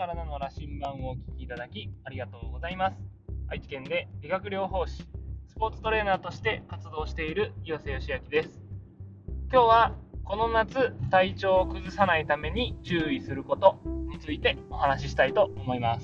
体の羅針盤をお聞きいただきありがとうございます。愛知県で理学療法士、スポーツトレーナーとして活動している岩瀬義明です。今日はこの夏体調を崩さないために注意することについてお話ししたいと思います。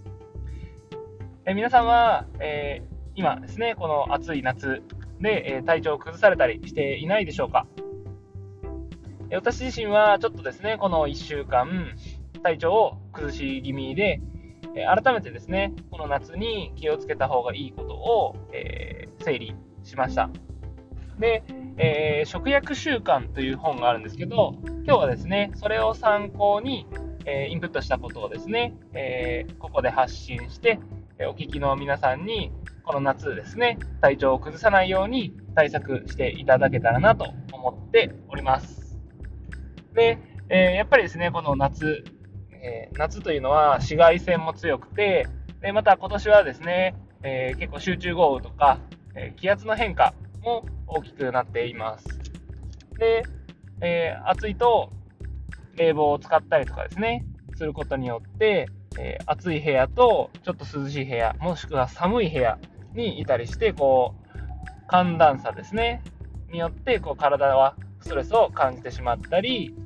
皆さんは、今ですね、この暑い夏で、体調を崩されたりしていないでしょうか。私自身はちょっとですね、この1週間体調を崩し気味で、改めてですね、この夏に気をつけた方がいいことを、整理しました。で、食薬習慣という本があるんですけど、今日はですね、それを参考に、インプットしたことをですね、ここで発信して、お聞きの皆さんにこの夏ですね、体調を崩さないように対策していただけたらなと思っております。で、やっぱりですね、この夏というのは紫外線も強くて、でまた今年はですね、結構集中豪雨とか、気圧の変化も大きくなっています。で、暑いと冷房を使ったりとかですね、することによって、暑い部屋とちょっと涼しい部屋、もしくは寒い部屋にいたりして、寒暖差ですねによって体はストレスを感じてしまったり、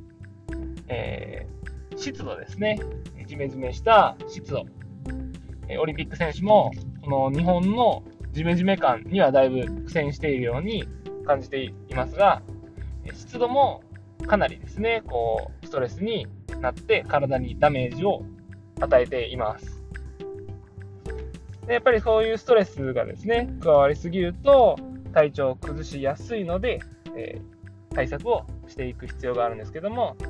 湿度ですね、ジメジメした湿度、オリンピック選手もこの日本のジメジメ感にはだいぶ苦戦しているように感じていますが、湿度もかなりですね、ストレスになって体にダメージを与えています。でやっぱりそういうストレスがですね、加わりすぎると体調を崩しやすいので、対策をしていく必要があるんですけども、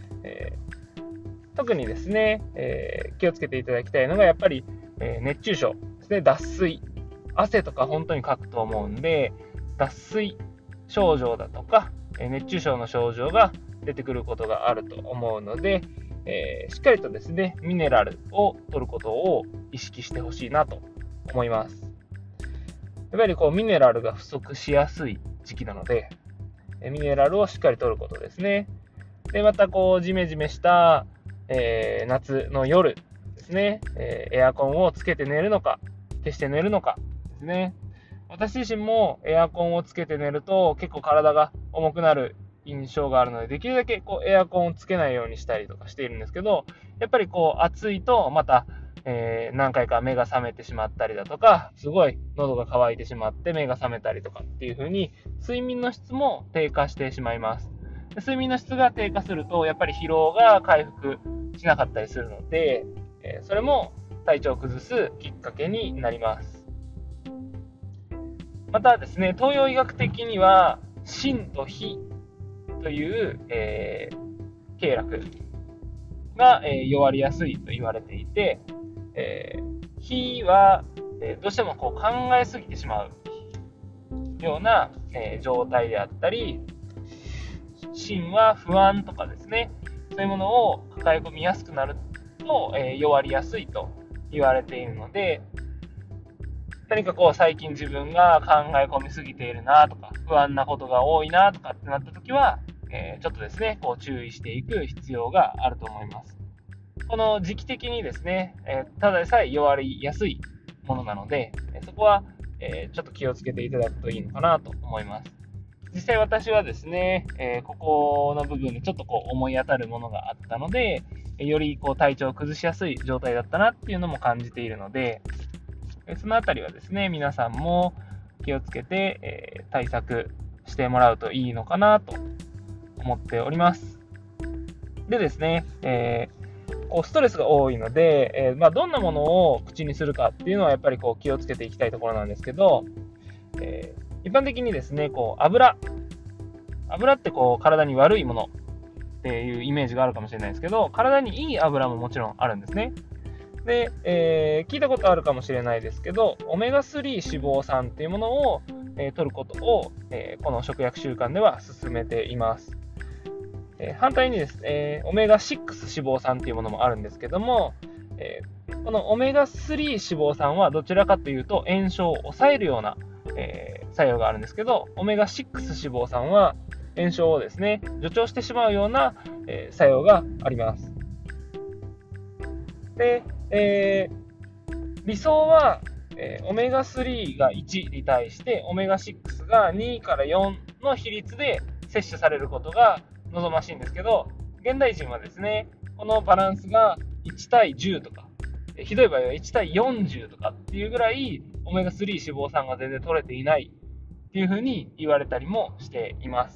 特にですね、気をつけていただきたいのがやっぱり、熱中症ですね。脱水、汗とか本当にかくと思うんで、脱水症状だとか、熱中症の症状が出てくることがあると思うので、しっかりとですね、ミネラルを摂ることを意識してほしいなと思います。やっぱりミネラルが不足しやすい時期なので、ミネラルをしっかり摂ることですね。でまたジメジメした、夏の夜ですね、エアコンをつけて寝るのか消して寝るのかですね。私自身もエアコンをつけて寝ると結構体が重くなる印象があるので、できるだけエアコンをつけないようにしたりとかしているんですけど、やっぱり暑いとまた、何回か目が覚めてしまったりだとか、すごい喉が渇いてしまって目が覚めたりとかっていう風に睡眠の質も低下してしまいます。睡眠の質が低下するとやっぱり疲労が回復しなかったりするので、それも体調を崩すきっかけになります。またですね、東洋医学的には心と脾という、経絡が、弱りやすいと言われていて、脾は、どうしても考えすぎてしまうような、状態であったり、心は不安とかですね、そういうものを抱え込みやすくなると、弱りやすいと言われているので、何か最近自分が考え込みすぎているなとか、不安なことが多いなとかってなった時は、ちょっとですね、注意していく必要があると思います。この時期的にですね、ただでさえ弱りやすいものなので、そこは、ちょっと気をつけていただくといいのかなと思います。実際私はですね、ここの部分でちょっと思い当たるものがあったので、より体調を崩しやすい状態だったなっていうのも感じているので、そのあたりはですね、皆さんも気をつけて、対策してもらうといいのかなと思っております。でですね、ストレスが多いので、どんなものを口にするかっていうのはやっぱり気をつけていきたいところなんですけど、一般的にですね、油って体に悪いものっていうイメージがあるかもしれないですけど、体にいい油ももちろんあるんですね。で、聞いたことあるかもしれないですけど、オメガ3脂肪酸っていうものを、摂ることを、この食薬習慣では勧めています。反対にですね、オメガ6脂肪酸っていうものもあるんですけども、このオメガ3脂肪酸はどちらかというと炎症を抑えるような、作用があるんですけど、オメガ6脂肪酸は炎症をですね、助長してしまうような、作用があります。 で、理想は、オメガ3が1に対してオメガ6が2から4の比率で摂取されることが望ましいんですけど、現代人はですね、このバランスが1対10とか、ひどい場合は1対40とかっていうぐらいオメガ3脂肪酸が全然取れていないっていうふうに言われたりもしています。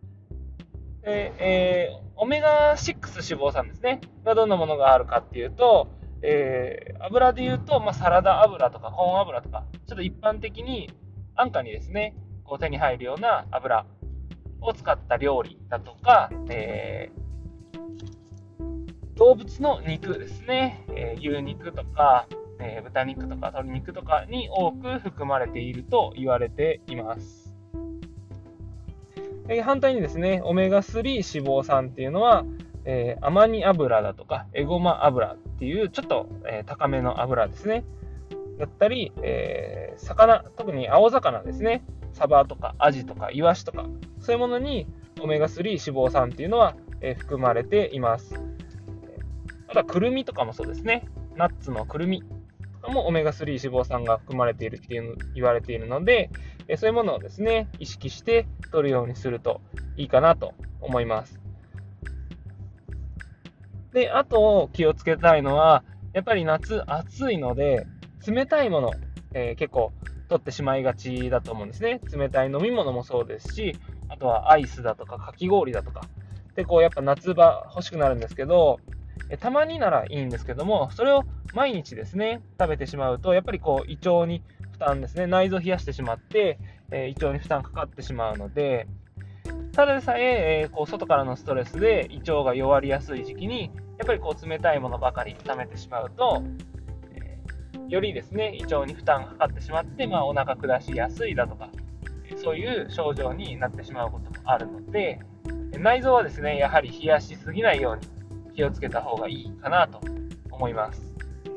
オメガ6脂肪酸ですねがどんなものがあるかっていうと、油で言うと、サラダ油とかコーン油とか、ちょっと一般的に安価にですねこう手に入るような油を使った料理だとか、動物の肉ですね、牛肉とか、豚肉とか鶏肉とかに多く含まれていると言われています。反対にですね、オメガ3脂肪酸っていうのは、アマニ油だとかエゴマ油っていうちょっと、高めの油ですねだったり、魚、特に青魚ですね、サバとかアジとかイワシとか、そういうものにオメガ3脂肪酸っていうのは、含まれています。あとはくるみとかもそうですね、ナッツのくるみもオメガ3脂肪酸が含まれているっていう言われているので、そういうものをですね意識して摂るようにするといいかなと思います。で、あと気をつけたいのは、やっぱり夏暑いので冷たいもの、結構取ってしまいがちだと思うんですね。冷たい飲み物もそうですし、あとはアイスだとかかき氷だとかでやっぱ夏場欲しくなるんですけど、たまにならいいんですけども、それを毎日ですね食べてしまうと、やっぱり胃腸に負担ですね、内臓を冷やしてしまって、胃腸に負担かかってしまうので、ただでさえ外からのストレスで胃腸が弱りやすい時期にやっぱり冷たいものばかり食べてしまうと、よりですね胃腸に負担がかかってしまって、お腹下しやすいだとか、そういう症状になってしまうこともあるので、内臓はですねやはり冷やしすぎないように気をつけた方がいいかなと思います。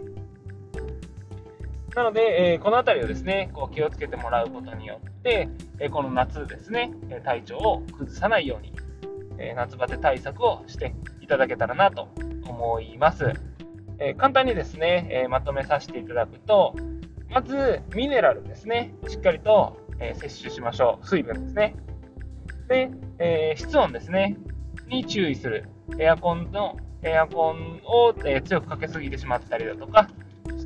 なので、このあたりをですね気をつけてもらうことによって、この夏ですね体調を崩さないように、夏バテ対策をしていただけたらなと思います。簡単にですね、まとめさせていただくと、まずミネラルですねしっかりと、摂取しましょう。水分ですね。で、室温ですねに注意する。エアコンを、強くかけすぎてしまったりだとかして、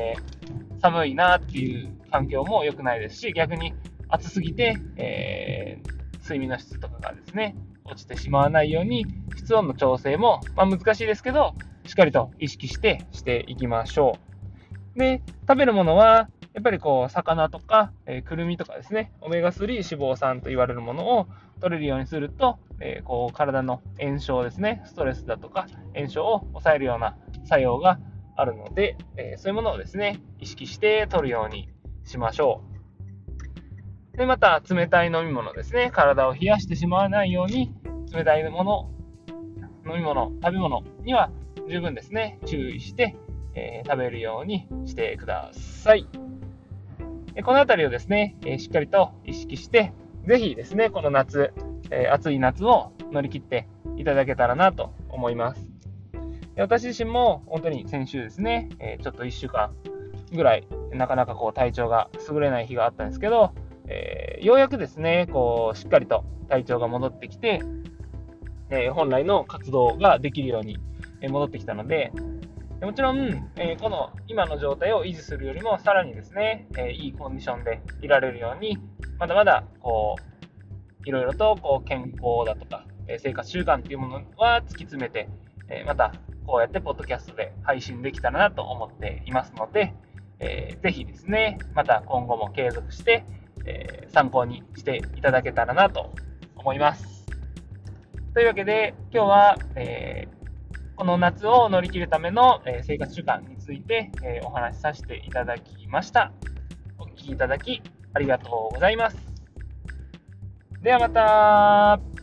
寒いなっていう環境も良くないですし、逆に暑すぎて、睡眠の質とかがですね落ちてしまわないように、室温の調整も、難しいですけどしっかりと意識していきましょう。で、食べるものはやっぱり魚とか、くるみとかですね、オメガ3脂肪酸と言われるものを取れるようにすると、体の炎症ですね、ストレスだとか炎症を抑えるような作用があるので、そういうものをですね意識して取るようにしましょう。で、また冷たい飲み物ですね、体を冷やしてしまわないように、冷たいもの、飲み物、食べ物には十分ですね注意して、食べるようにしてください。このあたりをですね、しっかりと意識して、ぜひですねこの夏、暑い夏を乗り切っていただけたらなと思います。私自身も本当に先週ですね、ちょっと1週間ぐらいなかなか体調が優れない日があったんですけど、ようやくですねしっかりと体調が戻ってきて、本来の活動ができるように戻ってきたので、もちろん、この今の状態を維持するよりもさらにですね、いいコンディションでいられるように、まだまだいろいろと健康だとか、生活習慣というものは突き詰めて、またこうやってポッドキャストで配信できたらなと思っていますので、ぜひですねまた今後も継続して、参考にしていただけたらなと思います。というわけで今日は、この夏を乗り切るための生活習慣についてお話しさせていただきました。お聞きいただきありがとうございます。ではまた。